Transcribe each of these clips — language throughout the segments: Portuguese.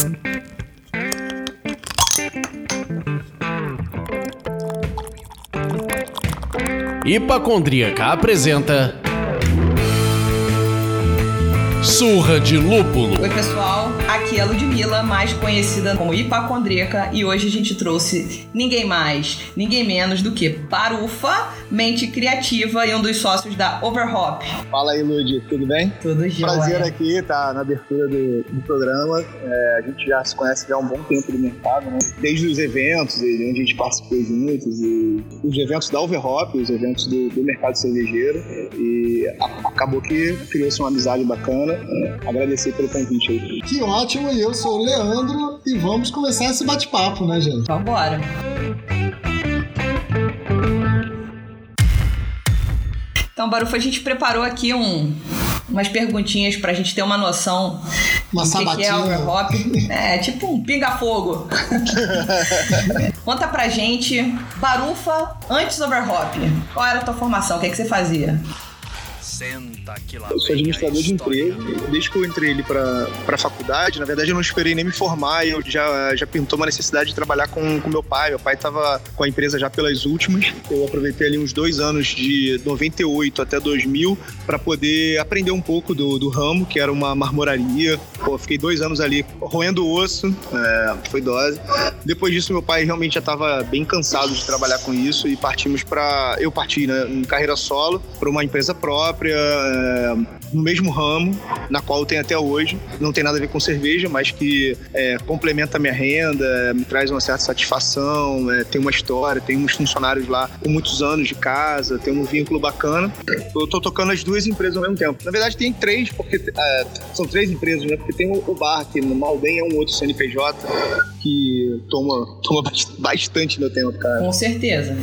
Hipacondríaca apresenta Surra de Lúpulo. Oi pessoal, aqui é a Ludmilla, mais conhecida como Hipacondríaca, e hoje a gente trouxe ninguém mais, ninguém menos do que Barufa, mente criativa e um dos sócios da Overhop. Fala aí, Lud, tudo bem? Tudo jóia. Prazer aqui, tá na abertura do programa. A gente já se conhece já há um bom tempo do mercado, né? Desde os eventos onde a gente participou juntos, e os eventos da Overhop, os eventos do mercado cervejeiro, e acabou que criou-se uma amizade bacana. Agradecer pelo convite aí. Que ótimo, e eu sou o Leandro e vamos começar esse bate-papo, né, gente? Vambora. Então, Barufa, a gente preparou aqui umas perguntinhas pra gente ter uma noção Uma do sabatina. que é a Overhop. É, tipo um pinga-fogo. Conta pra gente, Barufa, antes da Overhop, qual era a tua formação? O que você fazia? Eu sou administrador de empresa. Desde que eu entrei ali pra faculdade, na verdade eu não esperei nem me formar, eu já pintou uma necessidade de trabalhar com meu pai. Meu pai estava com a empresa já pelas últimas. Eu aproveitei ali uns 2 anos, de 98 até 2000, para poder aprender um pouco do ramo, que era uma marmoraria. Fiquei 2 anos ali roendo osso, foi dose. Depois disso, meu pai realmente já estava bem cansado de trabalhar com isso e eu parti, né, em carreira solo para uma empresa própria, no mesmo ramo, na qual eu tenho até hoje. Não tem nada a ver com cerveja, mas que complementa a minha renda, me traz uma certa satisfação, tem uma história, tem uns funcionários lá com muitos anos de casa, tem um vínculo bacana. Eu tô tocando as 2 empresas ao mesmo tempo. Na verdade tem 3, porque são 3 empresas, né? Porque tem o bar, que no Malden é um outro CNPJ que toma bastante meu tempo, cara. Com certeza.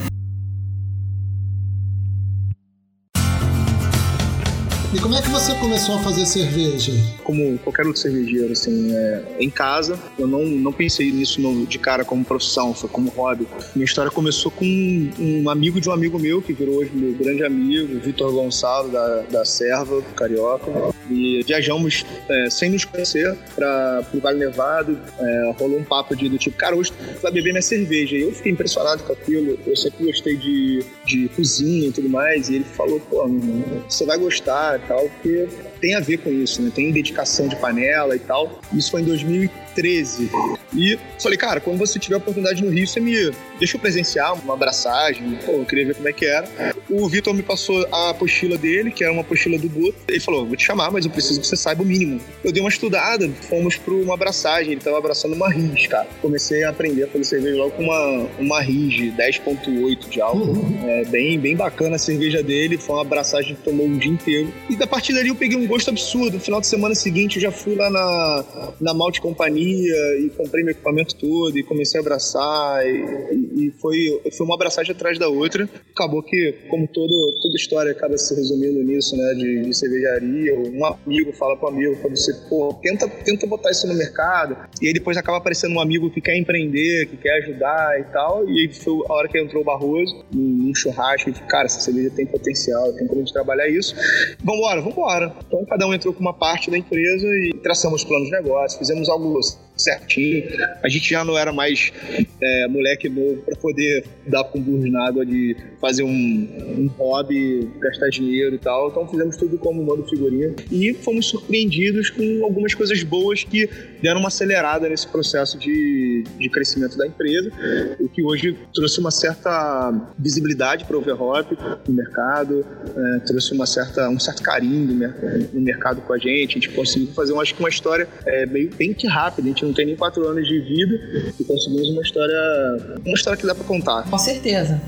E como é que você começou a fazer cerveja? Como qualquer outro cervejeiro, assim, em casa, eu não pensei nisso de cara como profissão, foi como hobby. Minha história começou com um amigo de um amigo meu, que virou hoje meu grande amigo, Vitor Gonçalo, da Serva, carioca. E viajamos sem nos conhecer pro Vale Nevado. Rolou um papo do tipo, cara, hoje tu vai beber minha cerveja. E eu fiquei impressionado com aquilo. Eu sempre gostei de cozinha e tudo mais. E ele falou, pô, você vai gostar e tal, porque tem a ver com isso, né? Tem dedicação de panela e tal. Isso foi em 2013. E falei, cara, quando você tiver oportunidade no Rio, você me deixa eu presenciar uma abraçagem. Pô, eu queria ver como é que era. O Vitor me passou a apostila dele, que era uma apostila do Boto. Ele falou, vou te chamar, mas eu preciso que você saiba o mínimo. Eu dei uma estudada, fomos pra uma abraçagem. Ele tava abraçando uma Ringe, cara. Comecei a aprender a fazer cerveja logo com uma Ringe 10.8 de álcool. Bem bacana a cerveja dele. Foi uma abraçagem que tomou um dia inteiro. E da partir dali eu peguei um gosto absurdo. No final de semana seguinte eu já fui lá na Malt Companhia e comprei meu equipamento todo e comecei a abraçar. E foi uma abraçagem atrás da outra. Acabou que, como toda história acaba se resumindo nisso, né, de cervejaria, um amigo fala pro amigo, pra você, pô, tenta botar isso no mercado. E aí depois acaba aparecendo um amigo que quer empreender, que quer ajudar e tal. E aí foi a hora que entrou o Barroso, num churrasco, e cara, essa cerveja tem potencial, tem como a gente trabalhar isso. Vambora. Então cada um entrou com uma parte da empresa e traçamos planos de negócio, fizemos algo certinho. A gente já não era mais moleque novo para poder dar com burros na água de fazer um hobby, gastar dinheiro e tal. Então fizemos tudo como modo figurinha e fomos surpreendidos com algumas coisas boas que deram uma acelerada nesse processo de crescimento da empresa, o que hoje trouxe uma certa visibilidade para o Overhop no mercado, trouxe um certo carinho no mercado com a gente conseguiu fazer, acho que uma história bem que rápida. A gente não tem nem 4 anos de vida e conseguimos uma história que dá pra contar. Com certeza.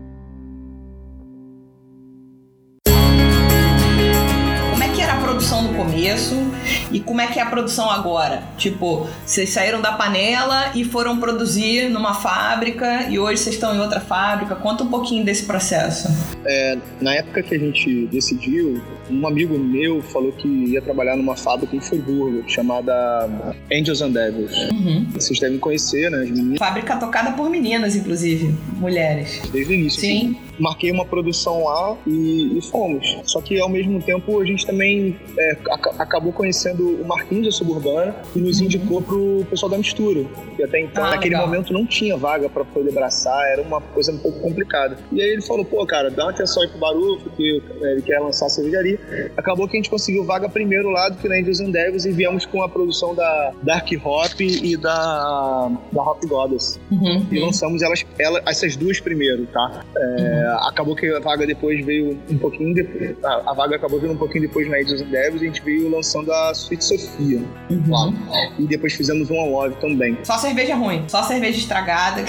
Como é que era a produção no começo e como é que é a produção agora? Tipo, vocês saíram da panela e foram produzir numa fábrica e hoje vocês estão em outra fábrica. Conta um pouquinho desse processo. Na época que a gente decidiu, um amigo meu falou que ia trabalhar numa fábrica em Friburgo, chamada Angels and Devils. Uhum. Vocês devem conhecer, né? As meninas. Fábrica tocada por meninas, inclusive, mulheres. Desde o início. Sim. Assim. marquei uma produção lá e fomos. Só que ao mesmo tempo a gente também acabou conhecendo o Marquinhos da Suburbana e nos indicou pro pessoal da mistura. E até então, naquele momento, não tinha vaga pra poder abraçar, era uma coisa um pouco complicada. E aí ele falou, pô, cara, dá uma atenção aí pro Barufo, que ele quer lançar a cervejaria. Acabou que a gente conseguiu vaga primeiro lá do que na Angels and Devils e viemos com a produção da Dark Hop e da Hop Goddess. E lançamos essas duas primeiro, tá? Acabou que a vaga depois veio um pouquinho depois. A vaga acabou vindo um pouquinho depois na Angels and Devils e a gente veio lançando a Sweet Sophia. Lá. E depois fizemos um Love também. Só cerveja ruim, só cerveja estragada.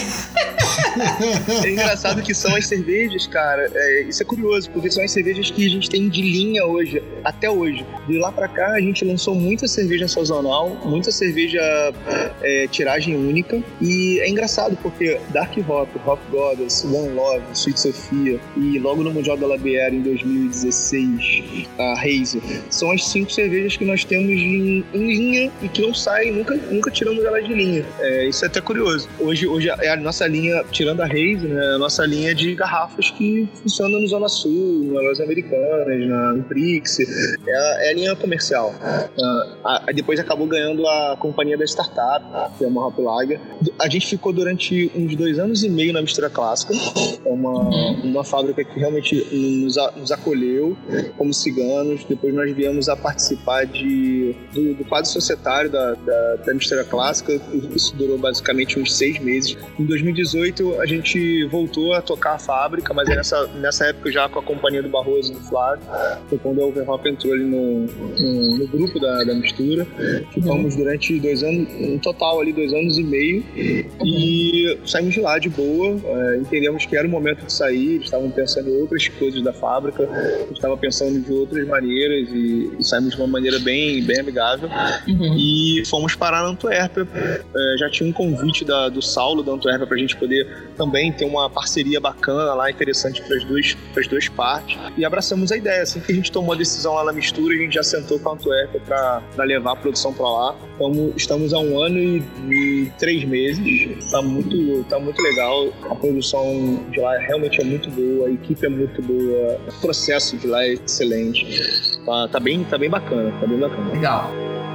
É engraçado que são as cervejas, cara, isso é curioso, porque são as cervejas que a gente tem de linha hoje, até hoje. De lá pra cá a gente lançou muita cerveja sazonal, muita cerveja tiragem única, e é engraçado porque Dark Hop, Hop Goddess, One Love, Sweet Sophia e logo no Mundial da Labiera em 2016, a Haze, são as 5 cervejas que nós temos em linha e que não saem, nunca tiramos elas de linha. Isso é até curioso. Hoje é a nossa linha, tirando a Haze, né, a nossa linha de garrafas que funciona no Zona Sul, nas lojas americanas, no Brix, é a linha comercial. Depois acabou ganhando a companhia da Startup, que é uma Hop Lager. A gente ficou durante uns 2 anos e meio na Mistura Clássica, é uma fábrica que realmente nos acolheu como ciganos. Depois nós viemos a participar do quadro societário da Mistura Clássica. Isso durou basicamente uns 6 meses. Em 2018 a gente voltou a tocar a fábrica, mas nessa época já com a companhia do Barroso e do Flávio. Foi quando a Overhop entrou ali no grupo da mistura. Ficamos durante 2 anos, no total ali 2 anos e meio, e saímos de lá de boa. Entendemos que era o momento de sair, eles estavam pensando em outras coisas da fábrica, a gente estava pensando de outras maneiras e saímos de uma maneira bem, bem amigável. E fomos parar na Antuérpia. Já tinha um convite do Saulo da Antuérpia pra gente poder também ter uma parceria bacana lá, interessante para as duas partes, e abraçamos a ideia. Assim que a gente tomou a decisão lá na mistura, a gente já sentou com a Antuérpia para levar a produção para lá. Estamos há 1 ano e 3 meses, tá muito legal. A produção de lá realmente é muito boa, a equipe é muito boa, o processo de lá é excelente, tá bem bacana, Legal.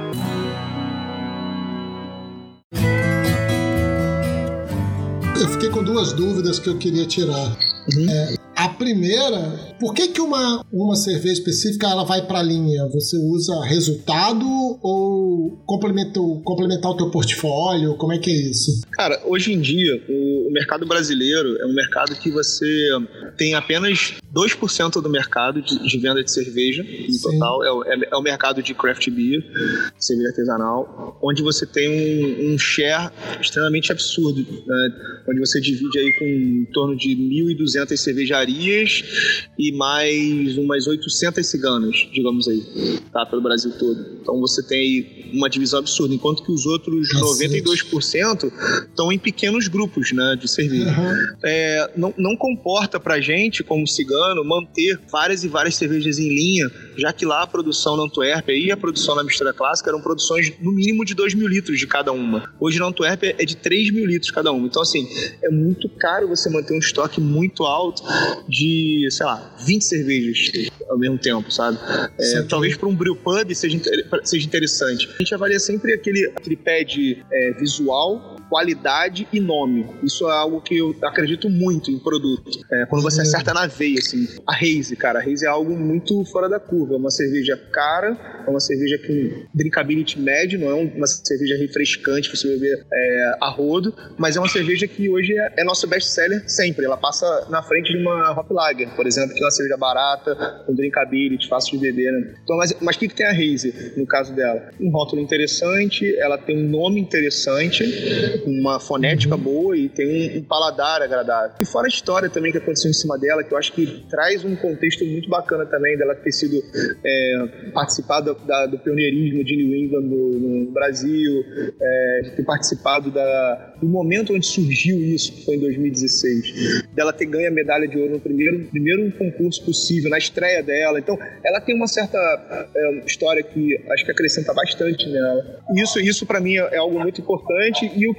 Eu fiquei com 2 dúvidas que eu queria tirar. A primeira, por que uma cerveja específica ela vai para a linha? Você usa resultado ou complementar o teu portfólio? Como é que é isso? Cara, hoje em dia, o mercado brasileiro é um mercado que você tem apenas 2% do mercado de venda de cerveja no total. É o mercado de craft beer, cerveja artesanal, onde você tem um share extremamente absurdo, né? Onde você divide aí com em torno de 1.200 cervejarias e mais umas 800 ciganas, digamos aí, tá? Pelo Brasil todo. Então você tem aí uma divisão absurda, enquanto que os outros 92% estão em pequenos grupos, né, de cerveja. Não comporta pra gente, como cigano, manter várias e várias cervejas em linha, já que lá a produção na Antuérpia e a produção na Mistura Clássica eram produções no mínimo de 2.000 litros de cada uma. Hoje na Antuérpia é de 3.000 litros cada uma. Então, assim, é muito caro você manter um estoque muito alto de, sei lá, 20 cervejas ao mesmo tempo, sabe? Talvez para um brewpub seja interessante. A gente avalia sempre aquele tripé de visual, qualidade e nome. Isso é algo que eu acredito muito em produto. Quando você acerta na veia, assim. A Haze, cara, a Haze é algo muito fora da curva. É uma cerveja cara, é uma cerveja com drinkability médio, não é uma cerveja refrescante pra você beber a rodo, mas é uma cerveja que hoje é nosso best-seller sempre. Ela passa na frente de uma Hop Lager, por exemplo, que é uma cerveja barata, com drinkability, fácil de beber, né? Então, mas o que tem a Haze, no caso dela? Um rótulo interessante, ela tem um nome interessante, uma fonética boa e tem um paladar agradável. E fora a história também que aconteceu em cima dela, que eu acho que traz um contexto muito bacana também dela ter sido participado do pioneirismo de New England no Brasil, de ter participado do momento onde surgiu isso, que foi em 2016, dela ter ganho a medalha de ouro no primeiro concurso possível, na estreia dela. Então, ela tem uma certa história que acho que acrescenta bastante nela. Isso para mim é algo muito importante, e o que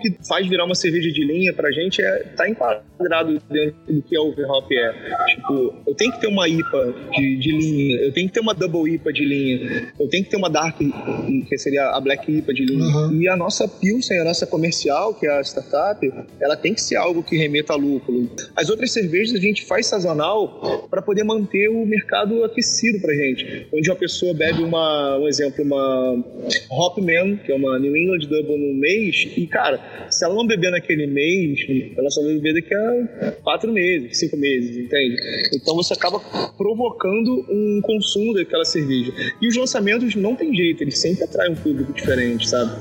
que faz virar uma cerveja de linha pra gente tá enquadrado dentro do que a Overhop é. Tipo, eu tenho que ter uma IPA de linha, eu tenho que ter uma Double IPA de linha, eu tenho que ter uma Dark, que seria a Black IPA de linha. E a nossa Pilsen, a nossa comercial, que é a startup, ela tem que ser algo que remeta a lúpulo. As outras cervejas a gente faz sazonal para poder manter o mercado aquecido pra gente. Onde uma pessoa bebe um exemplo, uma Hopman, que é uma New England Double no mês, e cara, se ela não beber naquele mês, ela só vai beber daqui a 4 meses, 5 meses, entende? Então você acaba provocando um consumo daquela cerveja. E os lançamentos não tem jeito, eles sempre atraem um público diferente, sabe?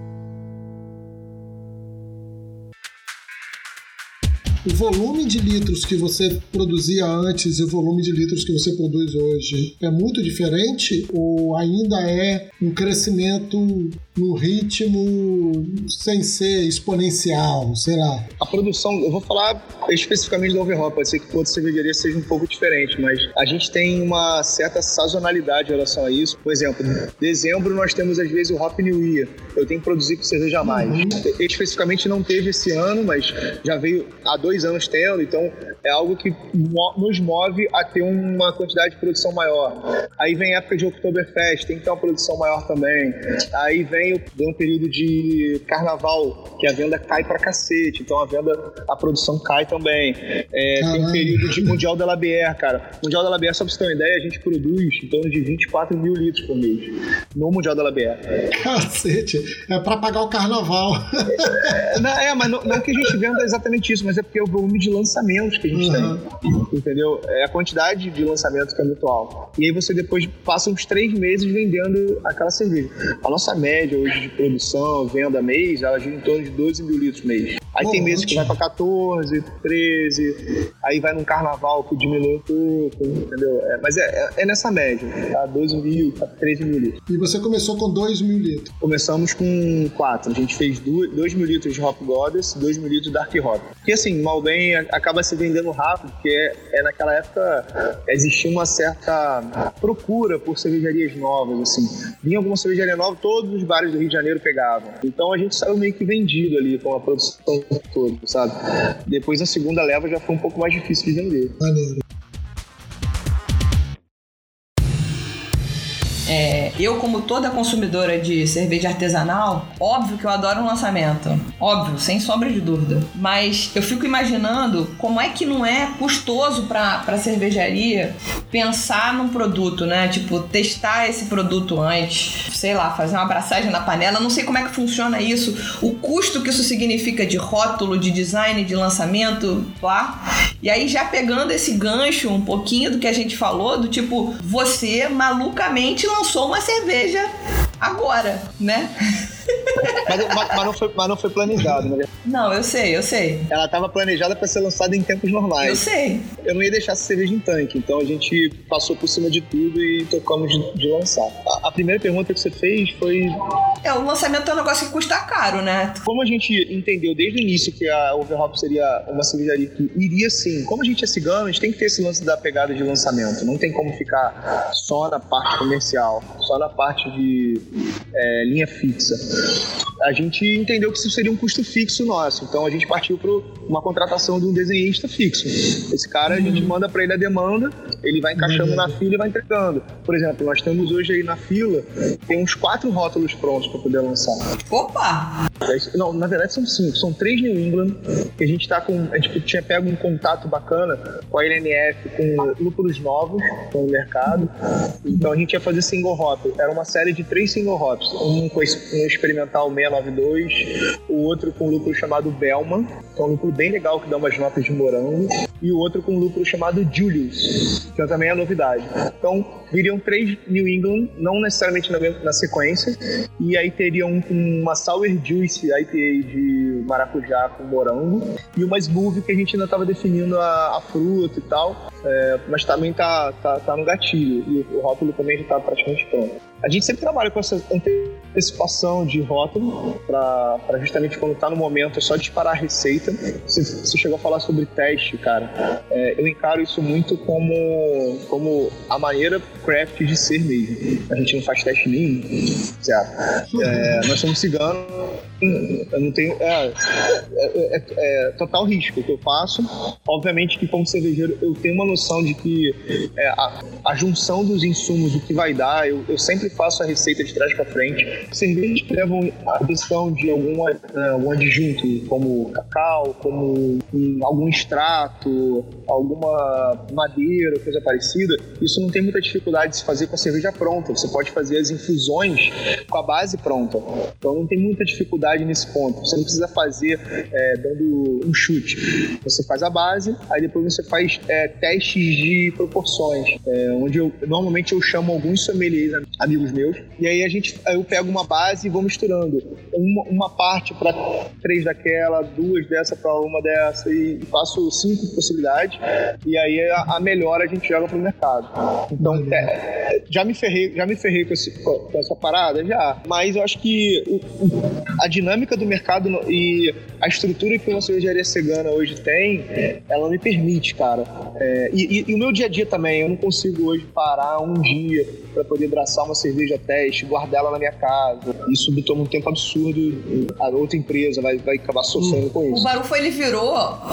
O volume de litros que você produzia antes e o volume de litros que você produz hoje é muito diferente ou ainda é um crescimento no ritmo sem ser exponencial, sei lá? A produção, eu vou falar especificamente da Overhop, pode ser que toda cervejaria seja um pouco diferente, mas a gente tem uma certa sazonalidade em relação a isso. Por exemplo, em dezembro nós temos às vezes o Hop New Year, eu tenho que produzir com cerveja a mais. Especificamente não teve esse ano, mas já veio há 2 anos tendo, então é algo que nos move a ter uma quantidade de produção maior. Aí vem a época de Oktoberfest, tem que ter uma produção maior também. Aí vem um período de carnaval, que a venda cai pra cacete, então a produção cai também. Tem um período de Mundial da Labière, cara. Mundial da Labière, só pra você ter uma ideia, a gente produz em torno de 24 mil litros por mês no Mundial da Labière. Cacete, é pra pagar o carnaval. Mas não que a gente venda exatamente isso, mas é porque é o volume de lançamentos que a gente tem, entendeu? É a quantidade de lançamentos que é muito alta. E aí você depois passa uns 3 meses vendendo aquela cerveja. A nossa média hoje de produção, venda mês, ela gira em torno de 12 mil litros mês. Aí tem meses que vai pra 14, 13, aí vai num carnaval que diminui um pouco, entendeu? Mas é nessa média, tá? 12 mil, 13 mil litros. E você começou com 2 mil litros? Começamos com 4. A gente fez 2 mil litros de Hop Goddess, 2 mil litros de Dark Hop. Porque assim, mal bem, acaba se vendendo rápido, porque naquela época existia uma certa procura por cervejarias novas, assim. Vinha alguma cervejaria nova, todos os bares do Rio de Janeiro pegavam. Então a gente saiu meio que vendido ali com a produção toda, sabe? Depois a segunda leva já foi um pouco mais difícil de vender. Maneiro. Eu, como toda consumidora de cerveja artesanal, óbvio que eu adoro um lançamento. Óbvio, sem sombra de dúvida. Mas eu fico imaginando como é que não é custoso pra cervejaria pensar num produto, né? Tipo, testar esse produto antes, sei lá, fazer uma abraçagem na panela. Não sei como é que funciona isso. O custo que isso significa de rótulo, de design, de lançamento, lá. E aí, já pegando esse gancho um pouquinho do que a gente falou, do tipo, você malucamente lançou uma cerveja agora, né? Mas não foi planejado, né? Não, eu sei. Ela estava planejada para ser lançada em tempos normais. Eu sei. Eu não ia deixar essa cerveja em tanque, então a gente passou por cima de tudo e tocamos de lançar. A primeira pergunta que você fez foi... O lançamento é um negócio que custa caro, né? Como a gente entendeu desde o início que a Overhop seria uma cervejaria que iria sim, como a gente é cigano, a gente tem que ter esse lance da pegada de lançamento. Não tem como ficar só na parte comercial, só na parte de linha fixa. A gente entendeu que isso seria um custo fixo nosso, então a gente partiu para uma contratação de um desenhista fixo. Esse cara, a gente manda para ele a demanda, ele vai encaixando na fila e vai entregando. Por exemplo, nós temos hoje aí na fila, tem uns 4 rótulos prontos para poder lançar. Opa! Não, na verdade são 5, são 3 New England, que a gente tinha pego um contato bacana com a LNF, com lúpulos novos no mercado, então a gente ia fazer single hop. Era uma série de 3 single hops, um com um experimental 692, o outro com um lúpulo chamado Bellman, que é um lúpulo bem legal que dá umas notas de morango, e o outro com um lúpulo chamado Julius, que também é novidade. Então viriam 3 New England, não necessariamente na sequência, e aí teria uma Sour Juice IPA de maracujá com morango, e uma Smooth que a gente ainda estava definindo a fruta e tal, mas também tá no gatilho, e o rótulo também já está praticamente pronto. A gente sempre trabalha com essa antecipação de rótulo para justamente quando tá no momento é só disparar a receita. Você chegou a falar sobre teste, cara. Eu encaro isso muito como a maneira craft de ser mesmo. A gente não faz teste nenhum, certo? Nós somos ciganos, eu não tenho... total risco que eu faço. Obviamente que como cervejeiro eu tenho uma noção de que a junção dos insumos, o que vai dar, eu sempre faço a receita de trás para frente. Cervejas que levam a adição de algum adjunto, como cacau, como algum extrato, alguma madeira, coisa parecida, isso não tem muita dificuldade de se fazer com a cerveja pronta. Você pode fazer as infusões com a base pronta. Então não tem muita dificuldade nesse ponto. Você não precisa fazer dando um chute. Você faz a base, aí depois você faz testes de proporções, onde normalmente eu chamo alguns sommeliers, amigos meus, e aí eu pego uma base e vou misturando uma parte para 3 daquela, 2 dessa para uma dessa, e faço 5 possibilidades, e aí a melhor a gente joga pro mercado. Então já me ferrei com essa parada, já, mas eu acho que a dinâmica do mercado e a estrutura que uma cervejaria cigana hoje tem, ela me permite, cara. E o meu dia a dia também, eu não consigo hoje parar um dia para poder braçar uma cerveja teste, guardar ela na minha casa. Isso me toma um tempo absurdo. A outra empresa vai acabar sofrendo com isso. O Barufo, ele virou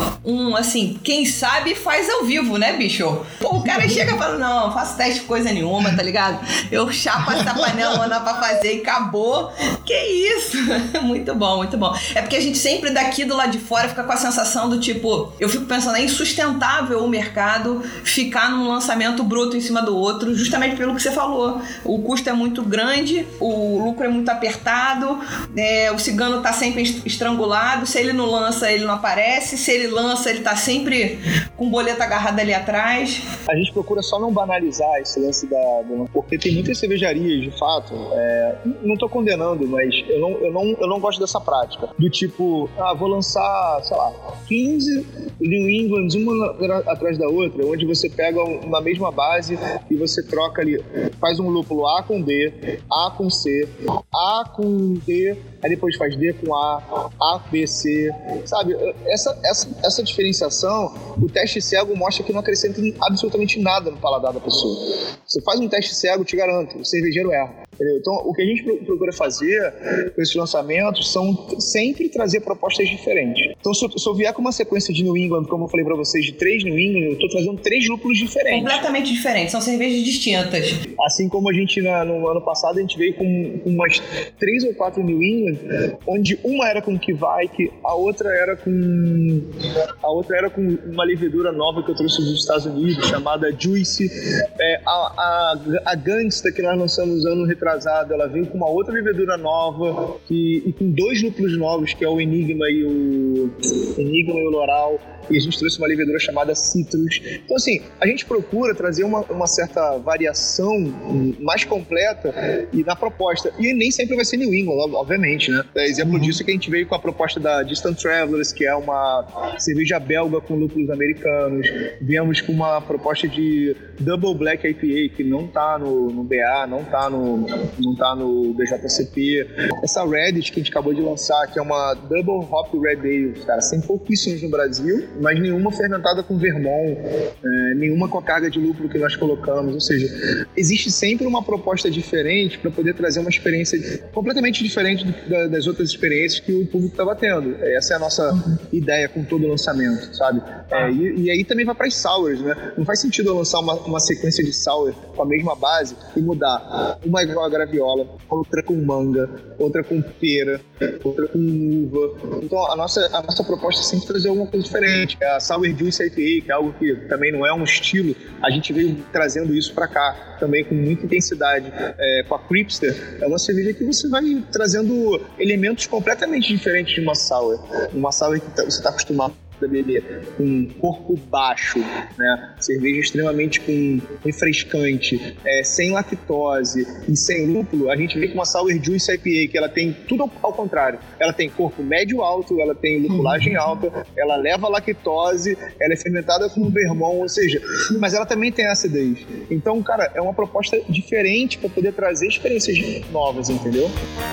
quem sabe faz ao vivo, né, bicho? Pô, o cara chega e fala, não faço teste de coisa nenhuma, tá ligado? Eu chapo essa panela, mando pra fazer e acabou. Que isso? Muito bom, muito bom. É porque a gente sempre daqui do lado de fora fica com a sensação do tipo, eu fico pensando, é insustentável o mercado ficar num lançamento bruto em cima do outro, justamente pelo que você falou. O custo é muito grande, o lucro é muito apertado, o cigano tá sempre estrangulado, se ele não lança, ele não aparece, se ele lança, ele tá sempre com o boleto agarrado ali atrás. A gente procura só não banalizar esse lance porque tem muitas cervejarias, de fato, não tô condenando, mas eu não gosto dessa prática, do tipo, vou lançar, sei lá, 15 New Englands, uma atrás da outra, onde você pega uma mesma base e você troca ali, faz um lúpulo A com D, A com C, A com D, aí depois faz D com A, B, C, sabe? Essa diferenciação, o teste cego mostra que não acrescenta absolutamente nada no paladar da pessoa. Você faz um teste cego, te garanto, o cervejeiro erra. Entendeu? Então, o que a gente procura fazer com esses lançamentos são sempre trazer propostas diferentes. Então, se eu vier com uma sequência de New England, como eu falei pra vocês, de 3 New England, eu tô trazendo 3 lúpulos diferentes. Completamente diferentes, são cervejas distintas. Assim como a gente, no ano passado, a gente veio com umas 3 ou 4 New England, onde uma era com Kveik, a outra era com uma levedura nova que eu trouxe dos Estados Unidos, chamada Juicy. A Gangsta, que nós lançamos ano retrasado, ela veio com uma outra levedura nova e com 2 lúpulos novos, que é o Enigma e o Loral, e a gente trouxe uma levedura chamada Citrus. Então, assim, a gente procura trazer uma certa variação mais completa e na proposta. E nem sempre vai ser New England, obviamente, né? Exemplo disso é que a gente veio com a proposta da Distant Travelers, que é uma cerveja belga com lúpulos americanos. Viemos com uma proposta de Double Black IPA, que não tá no BA, não tá no BJCP. Essa Reddit que a gente acabou de lançar, que é uma Double Hop Red Ale, cara, tem pouquíssimos no Brasil, mas nenhuma fermentada com Vermont, nenhuma com a carga de lúpulo que nós colocamos. Ou seja, existe sempre uma proposta diferente para poder trazer uma experiência completamente diferente das outras experiências que o público estava tendo. Essa é a nossa ideia com todo o lançamento, sabe? E aí também vai para as sours, né? Não faz sentido eu lançar uma sequência de sour com a mesma base e mudar. Uma igual a graviola, outra com manga, outra com pera, outra com uva. Então a nossa proposta é sempre trazer alguma coisa diferente. A Sour Juice IPA, que é algo que também não é um estilo, a gente veio trazendo isso pra cá também com muita intensidade. Com a Cripster, é uma cerveja que você vai trazendo elementos completamente diferentes de uma sour. Uma sour que você está acostumado beber com corpo baixo, né? Cerveja extremamente com refrescante, sem lactose e sem lúpulo, a gente vê com uma Sour Juice IPA, que ela tem tudo ao contrário. Ela tem corpo médio-alto, ela tem lupulagem alta, ela leva lactose, ela é fermentada com vermont, ou seja, mas ela também tem acidez. Então, cara, é uma proposta diferente para poder trazer experiências novas, entendeu?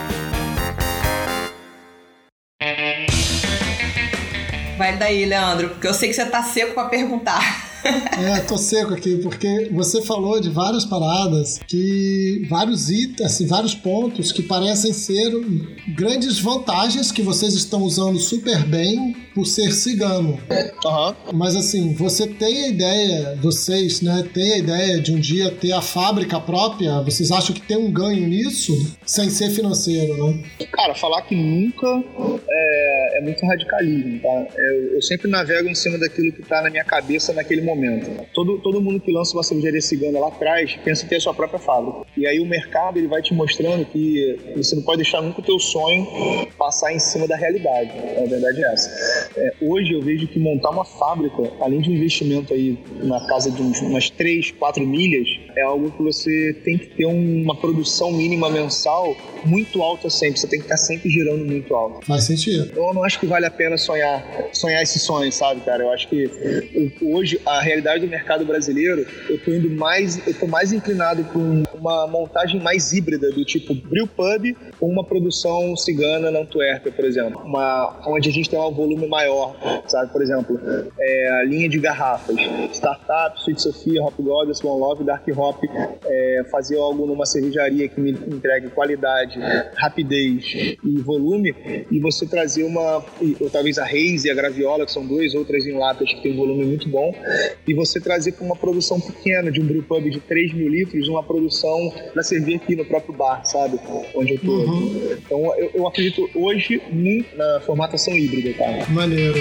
Vai daí, Leandro, porque eu sei que você tá seco pra perguntar. Tô seco aqui, porque você falou de várias paradas, vários itens, assim, vários pontos que parecem ser grandes vantagens que vocês estão usando super bem por ser cigano. Mas assim, você tem a ideia, vocês, né, tem a ideia de um dia ter a fábrica própria? Vocês acham que tem um ganho nisso? Sem ser financeiro, né? Cara, falar que nunca é muito radicalismo, tá? Eu sempre navego em cima daquilo que tá na minha cabeça naquele momento. Todo mundo que lança uma cervejaria cigana lá atrás pensa em ter a sua própria fábrica. E aí o mercado ele vai te mostrando que você não pode deixar nunca o teu sonho passar em cima da realidade. A verdade é essa. Hoje eu vejo que montar uma fábrica, além de um investimento aí na casa de umas 3, 4 milhas, é algo que você tem que ter uma produção mínima mensal muito alta sempre. Você tem que estar sempre girando muito alto. Faz sentido. Eu não acho que vale a pena sonhar esse sonho, sabe, cara? Eu acho que hoje a realidade do mercado brasileiro, eu tô mais inclinado para uma montagem mais híbrida, do tipo brewpub com uma produção cigana na Antuérpia, por exemplo. Onde a gente tem um volume maior, sabe? Por exemplo, a linha de garrafas, Startup, Sweet Sophia, Hop Goddess, One Love, Dark Hop, fazer algo numa cervejaria que me entregue qualidade, rapidez e volume, e você trazer ou talvez a Haze e a Graviola, que são duas outras em latas que tem um volume muito bom, e você trazer para uma produção pequena de um brewpub de 3 mil litros, uma produção para servir aqui no próprio bar, sabe? Onde eu tô. Então eu acredito hoje na formatação híbrida, cara. Maneiro.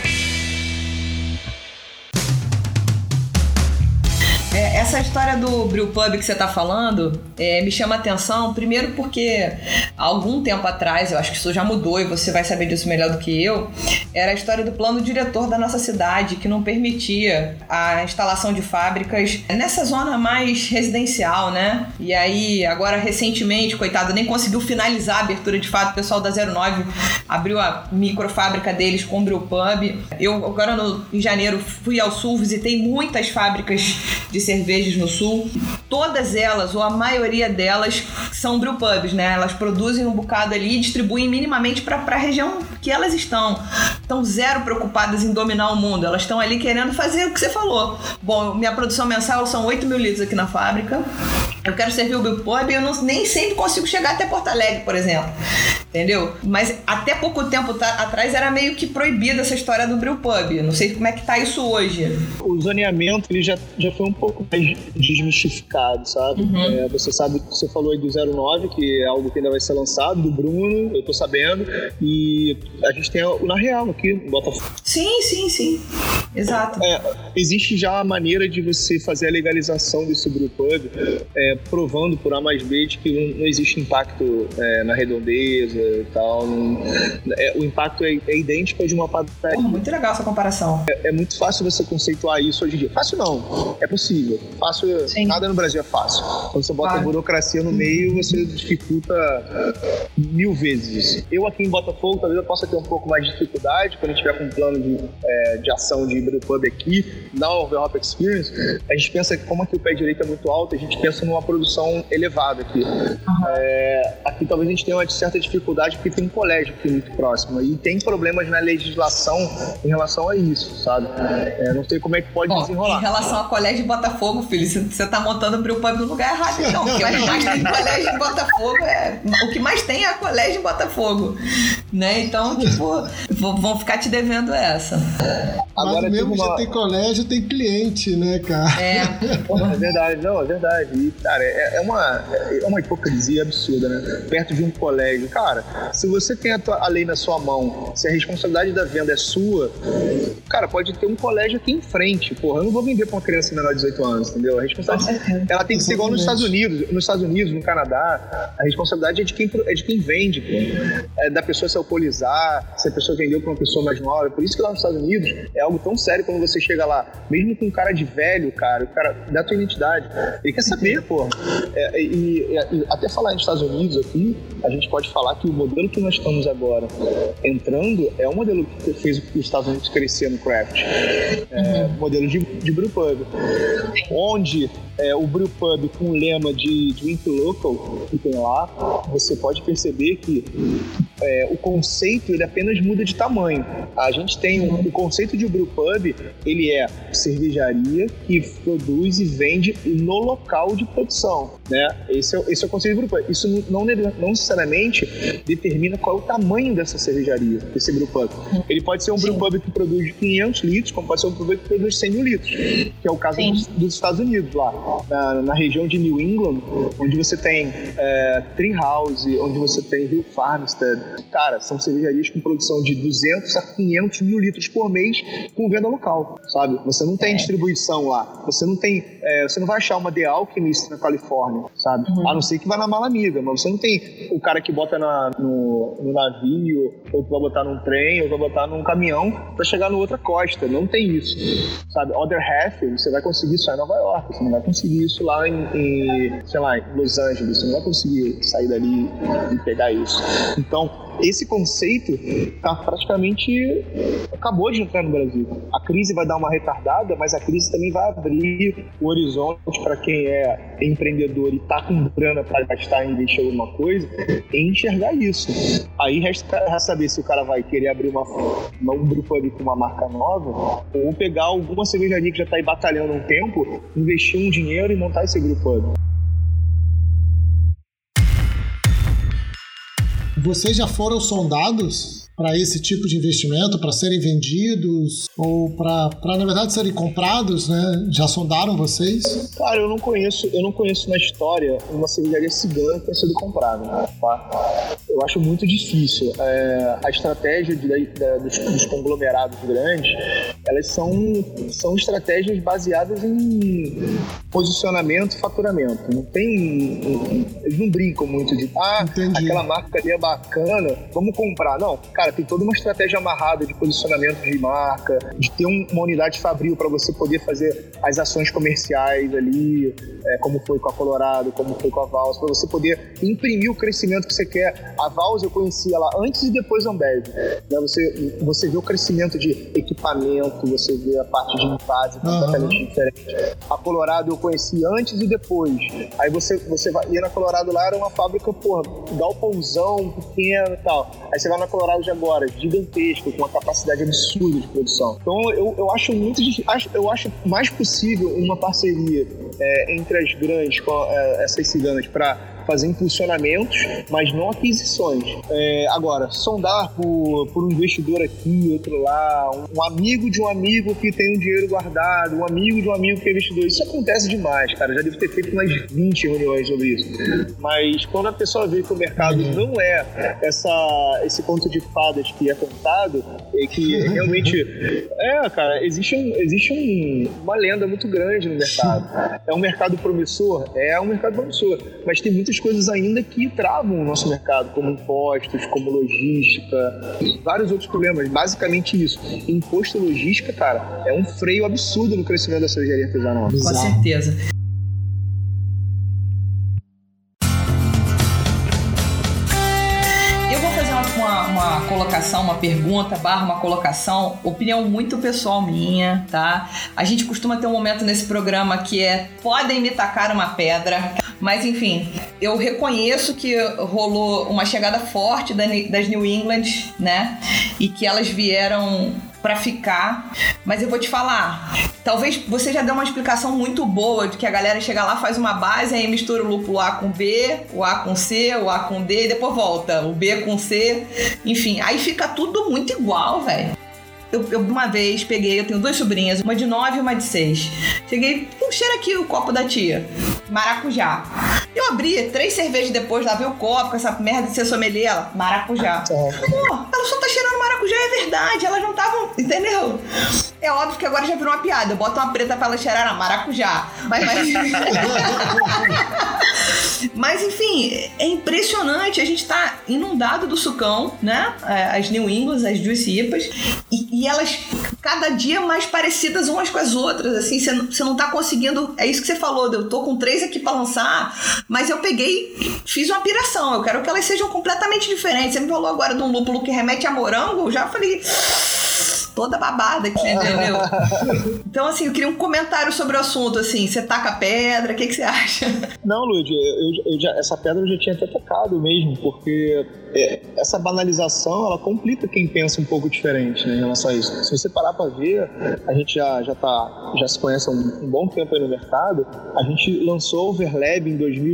Essa história do brewpub que você tá falando me chama a atenção, primeiro porque há algum tempo atrás, eu acho que isso já mudou e você vai saber disso melhor do que eu, era a história do plano diretor da nossa cidade, que não permitia a instalação de fábricas nessa zona mais residencial, né? E aí, agora recentemente, coitado, nem conseguiu finalizar a abertura de fato, o pessoal da 09 abriu a microfábrica deles com brewpub. Eu agora em janeiro fui ao sul, visitei muitas fábricas de cervejas no sul, todas elas, ou a maioria delas, são brewpubs, né? Elas produzem um bocado ali e distribuem minimamente para a região que elas estão zero preocupadas em dominar o mundo, elas estão ali querendo fazer o que você falou. Bom, minha produção mensal são 8 mil litros aqui na fábrica, eu quero servir o brewpub e eu nem sempre consigo chegar até Porto Alegre, por exemplo, entendeu? Mas até pouco tempo atrás era meio que proibida essa história do brewpub, não sei como é que tá isso hoje. O zoneamento ele já foi um pouco mais desmistificado, sabe? Você sabe, você falou aí do 09, que é algo que ainda vai ser lançado, do Bruno, eu tô sabendo, e a gente tem o Na Real aqui, no Botafogo. Sim, exato. Existe já a maneira de você fazer a legalização desse brewpub, provando por A mais B de que não existe impacto na redondeza e tal. O impacto é idêntico ao de uma padaria. Muito legal essa comparação. É muito fácil você conceituar isso hoje em dia. Fácil não, é possível. Fácil, sim. Nada no Brasil é fácil. Quando você bota a burocracia no meio, você dificulta 1000 vezes isso. Eu aqui em Botafogo, talvez eu possa ter um pouco mais de dificuldade quando a gente tiver com um plano de ação de brewpub aqui, na Overhop Experience. A gente pensa que como aqui o pé direito é muito alto, a gente pensa numa produção elevada aqui. Aqui talvez a gente tenha uma certa dificuldade porque tem um colégio aqui muito próximo e tem problemas na legislação em relação a isso, sabe? Não sei como é que pode desenrolar. Em relação ao colégio de Botafogo, filho, você tá montando o brewpub no lugar errado, então. Porque o que mais tem colégio de Botafogo o que mais tem é colégio de Botafogo, né? Então, tipo, vão ficar te devendo essa. Agora, mas mesmo que tem colégio, tem cliente, né, cara? É verdade, não, é verdade. E, cara, é uma hipocrisia absurda, né? Perto de um colégio. Cara, se você tem a lei na sua mão, se a responsabilidade da venda é sua, cara, pode ter um colégio aqui em frente. Porra, eu não vou vender pra uma criança menor de 18 anos, entendeu? A responsabilidade, ela tem que ser igual nos Estados Unidos, no Canadá, a responsabilidade é de quem vende, pô. Da pessoa se alcoolizar, se a pessoa vendeu para uma pessoa mais nova. Por isso que lá nos Estados Unidos é algo tão sério quando você chega lá, mesmo com um cara de velho, cara, o cara dá a tua identidade. Ele quer saber, porra. E até falar nos Estados Unidos aqui, a gente pode falar que o modelo que nós estamos agora entrando é um modelo que fez os Estados Unidos crescer no craft. Modelo de brewpub. Onde o brewpub com o lema de Drink Local que tem lá, você pode perceber que o conceito ele apenas muda de tamanho. A gente tem o conceito de brewpub, ele é cervejaria que produz e vende no local de produção, né? Esse é o conceito de brewpub. Isso não necessariamente determina qual é o tamanho dessa cervejaria, desse brewpub. Ele pode ser um brewpub que produz 500 litros, como pode ser um brewpub que produz 100 mil litros, que é o caso dos Estados Unidos, lá na região de New England, onde você tem Treehouse, onde você tem Hill Farmstead. Cara, são cervejarias com produção de 200 a 500 mil litros por mês com venda local, sabe? Você não tem distribuição lá. Você não vai achar uma The Alchemist na Califórnia, sabe? A não ser que vá na mala amiga, mas você não tem o cara que bota no navio, ou que vai botar num trem, ou vai botar num caminhão pra chegar na outra costa. Não tem isso, sabe? Other Half, você vai conseguir isso em Nova York, você não vai conseguir isso lá em Los Angeles, você não vai conseguir sair dali e pegar isso. Então, esse conceito praticamente acabou de entrar no Brasil. A crise vai dar uma retardada, mas a crise também vai abrir o horizonte para quem é empreendedor e tá com grana para gastar e investir em alguma coisa, e enxergar isso. Aí resta saber se o cara vai querer abrir um brewpub com uma marca nova, ou pegar alguma cervejaria que já tá aí batalhando um tempo, investir um dinheiro e montar esse brewpub. Vocês já foram sondados para esse tipo de investimento, para serem vendidos ou para na verdade serem comprados, né? Já sondaram vocês? Cara, eu não conheço na história uma cervejaria cigana que tenha sido comprada, tá? Eu acho muito difícil. A estratégia dos conglomerados grandes, elas são estratégias baseadas em posicionamento e faturamento. Eles não brincam muito de aquela marca ali é bacana, vamos comprar. Não, cara, tem toda uma estratégia amarrada de posicionamento de marca, de ter uma unidade fabril para você poder fazer as ações comerciais ali, como foi com a Colorado, como foi com a Vals, para você poder imprimir o crescimento que você quer. A Vals eu conheci ela antes e depois da Ambev, né? Você vê o crescimento de equipamento, você vê a parte de invase completamente diferente. A Colorado eu conheci antes e depois. Aí você ia na Colorado lá, era uma fábrica, galpãozão, pequeno e tal. Aí você vai na Colorado de agora, gigantesca, com uma capacidade absurda de produção. Então eu acho muito difícil, eu acho mais possível uma parceria entre as grandes, com essas ciganas, para fazer impulsionamentos, mas não aquisições. Agora, sondar por um investidor aqui, outro lá, um amigo de um amigo que tem um dinheiro guardado, um amigo de um amigo que é investidor, isso acontece demais, cara. Já devo ter feito umas 20 reuniões sobre isso. Mas quando a pessoa vê que o mercado não é esse conto de fadas que é contado, é que realmente cara, existe uma lenda muito grande no mercado. É um mercado promissor? É um mercado promissor, mas tem muitas coisas ainda que travam o nosso mercado, como impostos, como logística, vários outros problemas. Basicamente isso. Imposto e logística, cara, é um freio absurdo no crescimento da cervejaria artesanal. Com certeza. Uma colocação, uma pergunta, uma colocação, opinião muito pessoal minha, tá? A gente costuma ter um momento nesse programa que podem me tacar uma pedra, mas enfim, eu reconheço que rolou uma chegada forte das New England, né? E que elas vieram pra ficar, mas eu vou te falar, talvez você já deu uma explicação muito boa de que a galera chega lá, faz uma base, aí mistura o lúpulo A com B, o A com C, o A com D, e depois volta, o B com C, enfim, aí fica tudo muito igual, velho. Eu uma vez peguei, eu tenho 2 sobrinhas, uma de 9 e uma de 6. Cheguei, cheira aqui o copo da tia. Maracujá. Eu abri 3 cervejas depois, lavei o copo com essa merda de ser sommelier, ela, maracujá. Pô, ela só tá cheirando maracujá, é verdade, elas não estavam, entendeu? É óbvio que agora já virou uma piada, eu boto uma preta pra ela cheirar, maracujá. Mas... Mas, enfim, é impressionante. A gente tá inundado do sucão, né? As New England, as Juicy IPAs. E elas, cada dia mais parecidas umas com as outras. Assim, você não tá conseguindo... É isso que você falou. Eu tô com 3 aqui pra lançar, mas eu peguei, fiz uma piração. Eu quero que elas sejam completamente diferentes. Você me falou agora de um lúpulo que remete a morango. Eu já falei... toda babada aqui, entendeu? Então, assim, eu queria um comentário sobre o assunto, assim, você taca pedra, o que você acha? Não, Lud, essa pedra eu já tinha até tocado mesmo, porque essa banalização, ela complica quem pensa um pouco diferente, né, em relação a isso. Se você parar pra ver, a gente já se conhece há um bom tempo aí no mercado, a gente lançou o Overlab em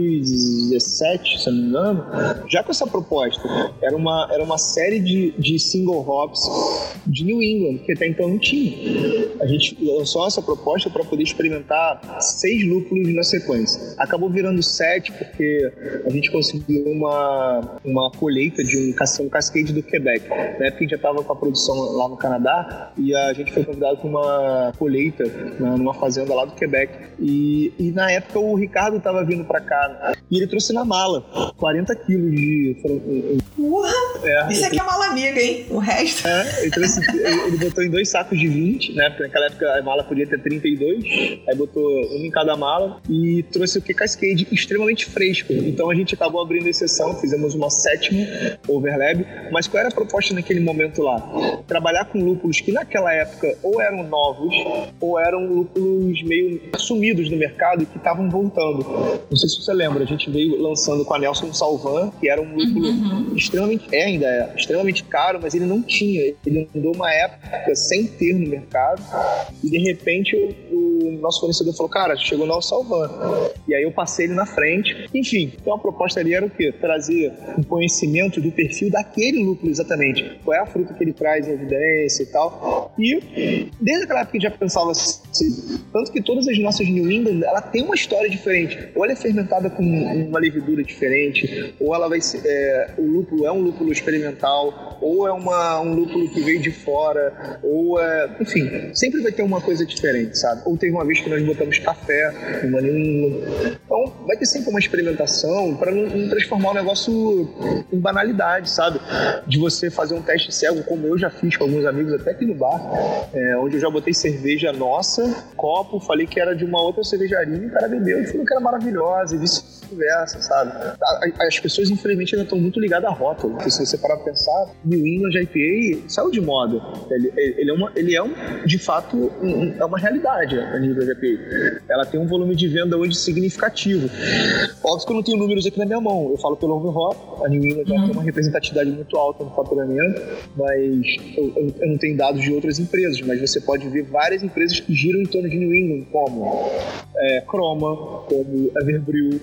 2017, se eu não me engano, já com essa proposta. Era uma série de single hops de New England, que até então não tinha. A gente lançou essa proposta para poder experimentar 6 lúpulos na sequência. Acabou virando 7 porque a gente conseguiu uma colheita de um cascade do Quebec. Na época a gente já estava com a produção lá no Canadá e a gente foi convidado para uma colheita numa fazenda lá do Quebec. E na época o Ricardo estava vindo para cá e ele trouxe na mala 40 quilos de... Isso aqui é mala amiga, hein? O resto... Ele botou em 2 sacos de 20, né? Porque naquela época a mala podia ter 32, aí botou um em cada mala e trouxe o Cascade extremamente fresco. Então a gente acabou abrindo exceção, fizemos uma 7ª Overlab, mas qual era a proposta naquele momento lá? Trabalhar com lúpulos que naquela época ou eram novos ou eram lúpulos meio sumidos no mercado e que estavam voltando. Não sei se você lembra, a gente veio lançando com a Nelson Salvan, que era um lúpulo extremamente caro, mas ele não tinha. Ele andou uma época sem ter no mercado e de repente o nosso fornecedor falou, cara, chegou o Nelson Salvan. E aí eu passei ele na frente. Enfim, então a proposta ali era o quê? Trazer um conhecimento do perfil daquele lúpulo exatamente. Qual é a fruta que ele traz em evidência e tal. E desde aquela época a gente já pensava assim, tanto que todas as nossas New England, ela tem uma história diferente. Ou ela é fermentada com uma levedura diferente, ou ela vai ser, o lúpulo é um lúpulo experimental, ou é um lúpulo que veio de fora, ou enfim, sempre vai ter uma coisa diferente, sabe? Ou teve uma vez que nós botamos café numa New England. Então vai ter sempre uma experimentação para não transformar o negócio em banalidade, sabe? De você fazer um teste cego, como eu já fiz com alguns amigos até aqui no bar, onde eu já botei cerveja nossa, copo, falei que era de uma outra cervejaria e o cara bebeu e falou que era maravilhosa e vice-versa, sabe? As pessoas infelizmente ainda estão muito ligadas à rótulo, porque se você parar pra pensar, New England IPA saiu de moda. Ele é de fato é uma realidade a nível de IPA. Ela tem um volume de venda hoje significativo. Óbvio que eu não tenho números aqui na minha mão, eu falo pelo Overhop, a New England já tem uma representatividade muito alta no faturamento, mas eu não tenho dados de outras empresas, mas você pode ver várias empresas que giram em torno de New England, como Croma, como Everbrew,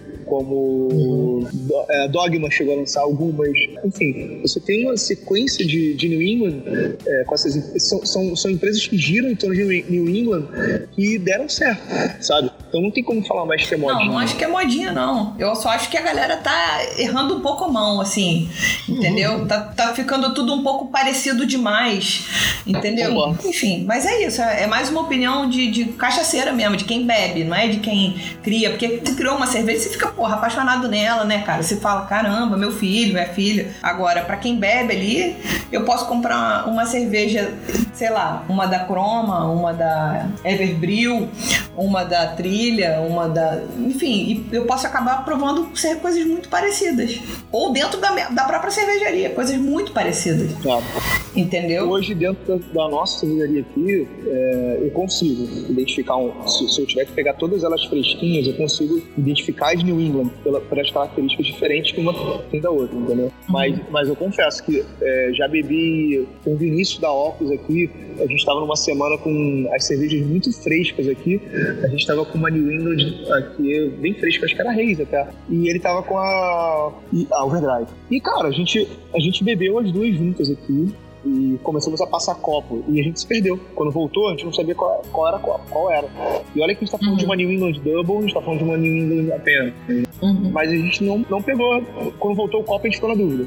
como Dogma chegou a lançar algumas. Enfim, você tem uma sequência de New England com essas são empresas que giram em torno de New England que deram certo, sabe? Então não tem como falar mais que é modinha. Não acho que é modinha, não. Eu só acho que a galera tá errando um pouco a mão, assim, entendeu? Tá ficando tudo um pouco parecido demais, entendeu? Enfim, mas é isso. É mais uma opinião de cachaceira mesmo, de quem bebe, não é de quem cria. Porque você criou uma cerveja, você fica, apaixonado nela, né, cara? Você fala, caramba, meu filho, minha filha. Agora, pra quem bebe ali, eu posso comprar uma cerveja, sei lá, uma da Croma, uma da Everbrew, uma da Trilha, uma da... Enfim, e eu posso acabar provando coisas muito parecidas. Ou dentro da própria cervejaria, coisas muito parecidas. Claro. Entendeu? Hoje, dentro da nossa cervejaria aqui, eu consigo identificar, se eu tiver que pegar todas elas fresquinhas, eu consigo identificar as New England pelas características diferentes que uma tem da outra, entendeu? Mas eu confesso que já bebi com o Vinícius da Ocus aqui, a gente estava numa semana com as cervejas muito frescas aqui, a gente estava com uma New England aqui bem fresca, acho que era Reis até, e ele tava com a Overdrive. E cara, a gente bebeu as duas juntas aqui e começamos a passar copo e a gente se perdeu. Quando voltou, a gente não sabia qual era copo, qual era. E olha que a gente tá falando de uma New England Double, a gente tá falando de uma New England apenas. Mas a gente não pegou. Quando voltou o copo, a gente ficou na dúvida.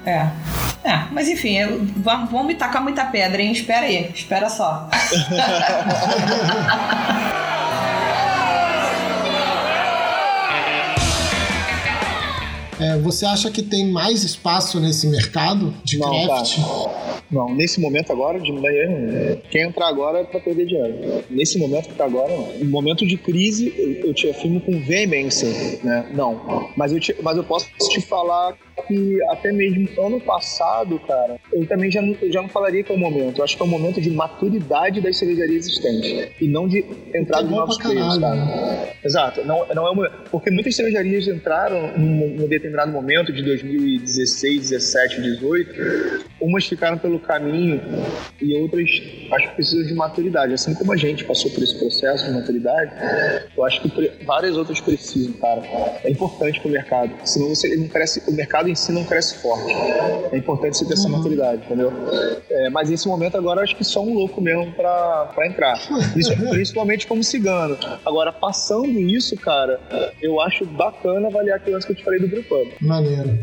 Mas enfim, vamos me tacar muita pedra, hein? Espera aí, espera só. Você acha que tem mais espaço nesse mercado de craft? Não, nesse momento agora, quem entrar agora é pra perder dinheiro. Nesse momento que tá agora, não. No momento de crise, eu te afirmo com veemência, né? Não. Mas eu posso te falar que até mesmo ano passado, cara, eu também já não falaria que é o momento. Eu acho que é o momento de maturidade das cervejarias existentes e não de entrada de novos players, cara. Exato. Não é o momento. Porque muitas cervejarias entraram num determinado momento de 2016, 17, 18. Umas ficaram pelo caminho e outras acho que precisam de maturidade. Assim como a gente passou por esse processo de maturidade, eu acho que várias outras precisam, cara. É importante pro mercado. Senão você não cresce, o mercado em si não cresce forte. É importante você ter essa maturidade, entendeu? Mas nesse momento agora acho que só um louco mesmo pra entrar. Principalmente como cigano. Agora, passando isso, cara, eu acho bacana avaliar aquele lance que eu te falei do Brewpub. Maneiro.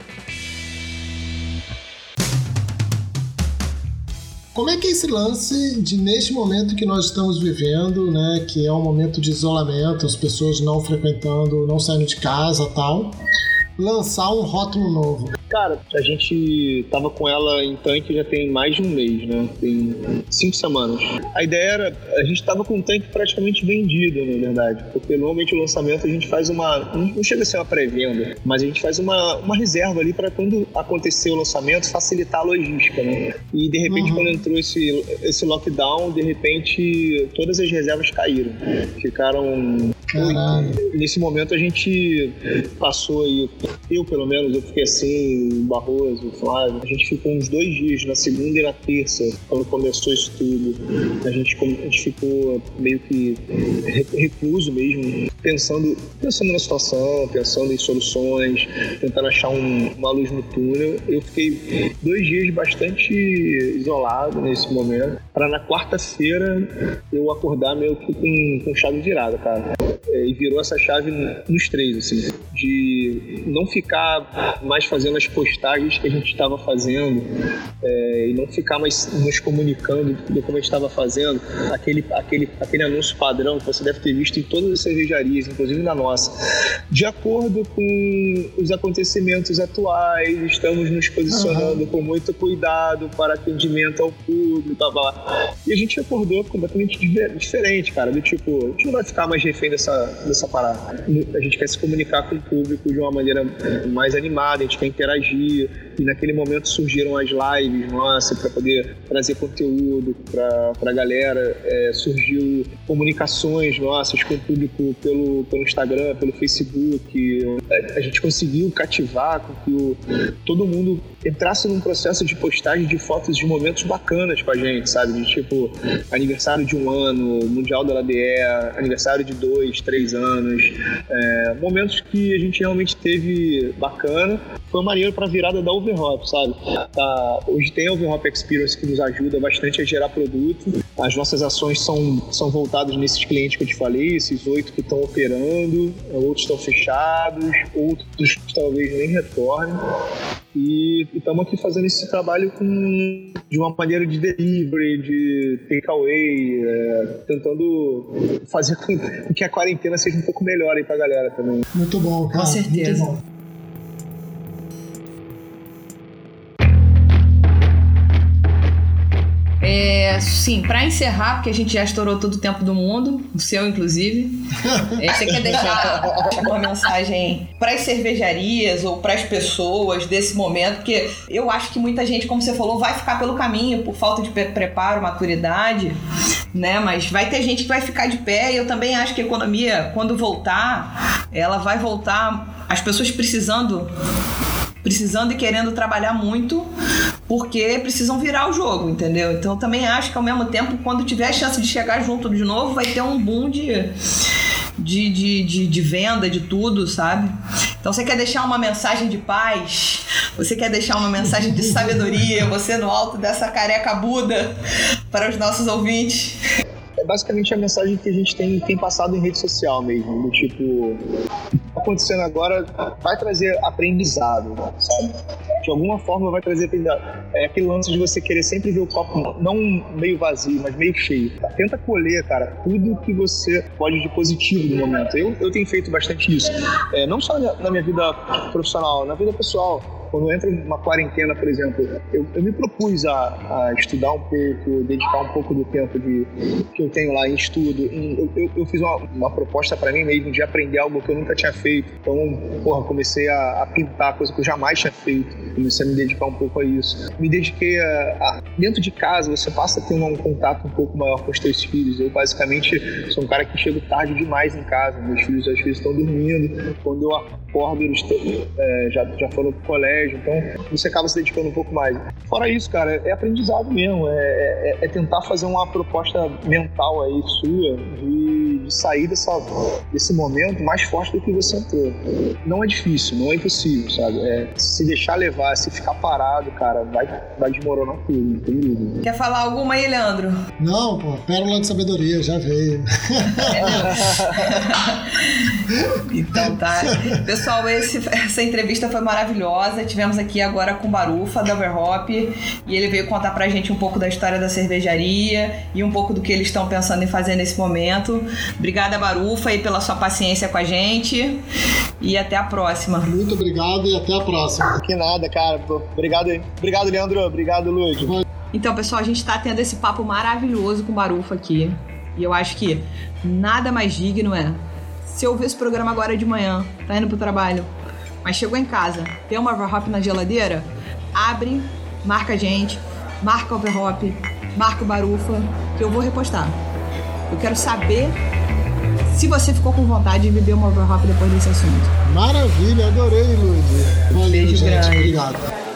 Como é que é esse lance de, neste momento que nós estamos vivendo, né, que é um momento de isolamento, as pessoas não frequentando, não saindo de casa e tal, lançar um rótulo novo? Cara, a gente tava com ela em tanque já tem mais de um mês, né? Tem 5 semanas. A ideia era, a gente tava com o tanque praticamente vendido, na verdade. Porque normalmente o lançamento a gente faz não chega a ser uma pré-venda, mas a gente faz uma reserva ali para quando acontecer o lançamento facilitar a logística, né? E de repente quando entrou esse lockdown, de repente todas as reservas caíram. Ficaram... Nesse momento a gente passou aí, eu pelo menos, eu fiquei assim, o Barroso, o Flávio, a gente ficou uns 2 dias, na segunda e na terça, quando começou isso tudo. A gente ficou meio que recluso mesmo, pensando na situação, pensando em soluções, tentando achar uma luz no túnel. Eu fiquei 2 dias bastante isolado nesse momento, para na quarta-feira eu acordar meio que com chave virada, cara. E virou essa chave nos 3, assim, de não ficar mais fazendo as postagens que a gente estava fazendo e não ficar mais nos comunicando do como a gente estava fazendo, aquele anúncio padrão que você deve ter visto em todas as cervejarias, inclusive na nossa. De acordo com os acontecimentos atuais, estamos nos posicionando com muito cuidado para atendimento ao público, e a gente acordou completamente diferente, cara, do tipo, a gente não vai ficar mais refém dessa parada. A gente quer se comunicar com o público de uma maneira mais animada, a gente quer interagir, e naquele momento surgiram as lives nossas para poder trazer conteúdo pra galera, surgiu comunicações nossas com o público pelo Instagram, pelo Facebook. A gente conseguiu cativar com que todo mundo entrasse num processo de postagem de fotos de momentos bacanas com a gente, sabe? De tipo, aniversário de 1 ano, Mundial da LADE, aniversário de 2, 3 anos, momentos que a gente realmente teve bacana. Foi maneiro pra virada da Overhop, sabe? Hoje tem a Overhop Experience que nos ajuda bastante a gerar produto. As nossas ações são voltadas nesses clientes que eu te falei, esses 8 que estão operando, outros estão fechados, outros talvez nem retornem. E estamos aqui fazendo esse trabalho de uma maneira de delivery, de takeaway, tentando fazer com que a quarentena seja um pouco melhor aí pra galera também. Muito bom, cara. Com certeza. Muito bom. Sim, pra encerrar, porque a gente já estourou todo o tempo do mundo, o seu inclusive, você quer deixar uma mensagem pras cervejarias ou pras pessoas desse momento? Porque eu acho que muita gente, como você falou, vai ficar pelo caminho por falta de preparo, maturidade, né? Mas vai ter gente que vai ficar de pé, e eu também acho que a economia, quando voltar, ela vai voltar, as pessoas precisando e querendo trabalhar muito, porque precisam virar o jogo, entendeu? Então eu também acho que ao mesmo tempo, quando tiver a chance de chegar junto de novo, vai ter um boom de venda, de tudo, sabe? Então você quer deixar uma mensagem de paz, você quer deixar uma mensagem de sabedoria, você no alto dessa careca Buda, para os nossos ouvintes? É basicamente a mensagem que a gente tem passado em rede social mesmo, do tipo, o que está acontecendo agora vai trazer aprendizado, sabe? de alguma forma vai trazer aprendizado. É aquele lance de você querer sempre ver o copo não meio vazio, mas meio cheio. Tenta colher, cara, tudo que você pode de positivo no momento. Eu tenho feito bastante isso. Não só na minha vida profissional, na vida pessoal. Quando entra uma quarentena, por exemplo, eu me propus a estudar um pouco, dedicar um pouco do tempo que eu tenho lá em estudo. Eu fiz uma proposta para mim mesmo de aprender algo que eu nunca tinha feito. Então, comecei a pintar, coisa que eu jamais tinha feito. Comecei a me dedicar um pouco a isso. Me dediquei dentro de casa, você passa a ter um contato um pouco maior com os teus filhos. Eu, basicamente, sou um cara que chego tarde demais em casa. Meus filhos, às vezes, estão dormindo. Quando eu acordo, eles já foram pro colégio. Então você acaba se dedicando um pouco mais. Fora isso, cara, é aprendizado mesmo, é tentar fazer uma proposta mental aí sua de sair desse momento mais forte do que você entrou. Não é difícil, não é impossível, sabe? Se deixar levar, se ficar parado, cara, vai desmoronar tudo, não tem dúvida. Quer falar alguma aí, Leandro? Não, pô, pérola de sabedoria, já veio. Então tá. Pessoal, essa entrevista foi maravilhosa. Tivemos aqui agora com o Barufa, da Overhop, e ele veio contar pra gente um pouco da história da cervejaria e um pouco do que eles estão pensando em fazer nesse momento. Obrigada, Barufa, aí pela sua paciência com a gente, e até a próxima. Muito obrigado e até a próxima. Que nada, cara. Obrigado, Leandro. Obrigado, Lúcio. Então, pessoal, a gente tá tendo esse papo maravilhoso com o Barufa aqui, e eu acho que nada mais digno se eu ouvir esse programa agora de manhã, tá indo pro trabalho, mas chegou em casa, tem uma Overhop na geladeira, abre, marca a gente, marca a Overhop, marca o Barufa, que eu vou repostar. Eu quero saber se você ficou com vontade de beber uma Overhop depois desse assunto. Maravilha, adorei, Lud. Valeu, Beijo gente. grande. Obrigado.